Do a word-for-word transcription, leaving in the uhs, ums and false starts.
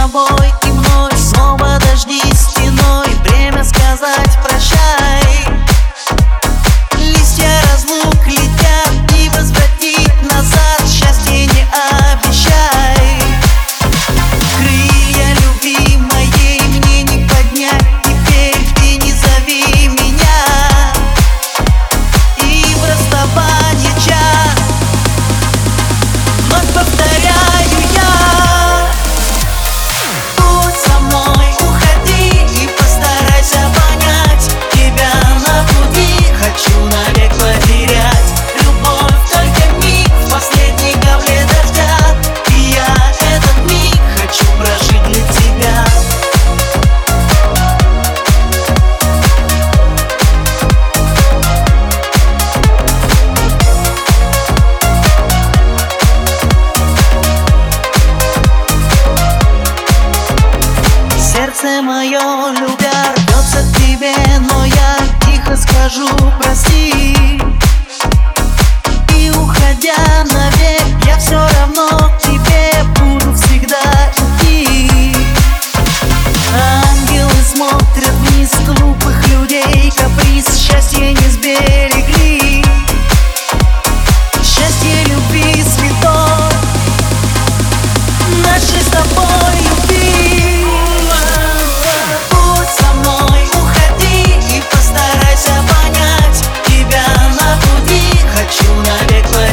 тобой и мной. Снова дожди стеной, время сказать прощай. Листья разлук летят, и возвратить назад счастье не обещай. Крылья любви моей мне не поднять, теперь ты не зови меня. И в расставании час вновь повторяю я: будь со мной, уходи и постарайся понять. Тебя на пути хочу навек потерять. Любовь только миг в последней капле дождя, и я этот миг хочу прожить для тебя. Сердце мое, любя, рвется к тебе, но я тихо скажу прости. И уходя навек, я все равно к тебе буду всегда идти. Ангелы смотрят вниз глупых людей, каприз счастья не сберегли. Счастье любви цветов нашей с тобой любви. Будь со мной, уходи и постарайся понять. Тебя на пути хочу навек потерять.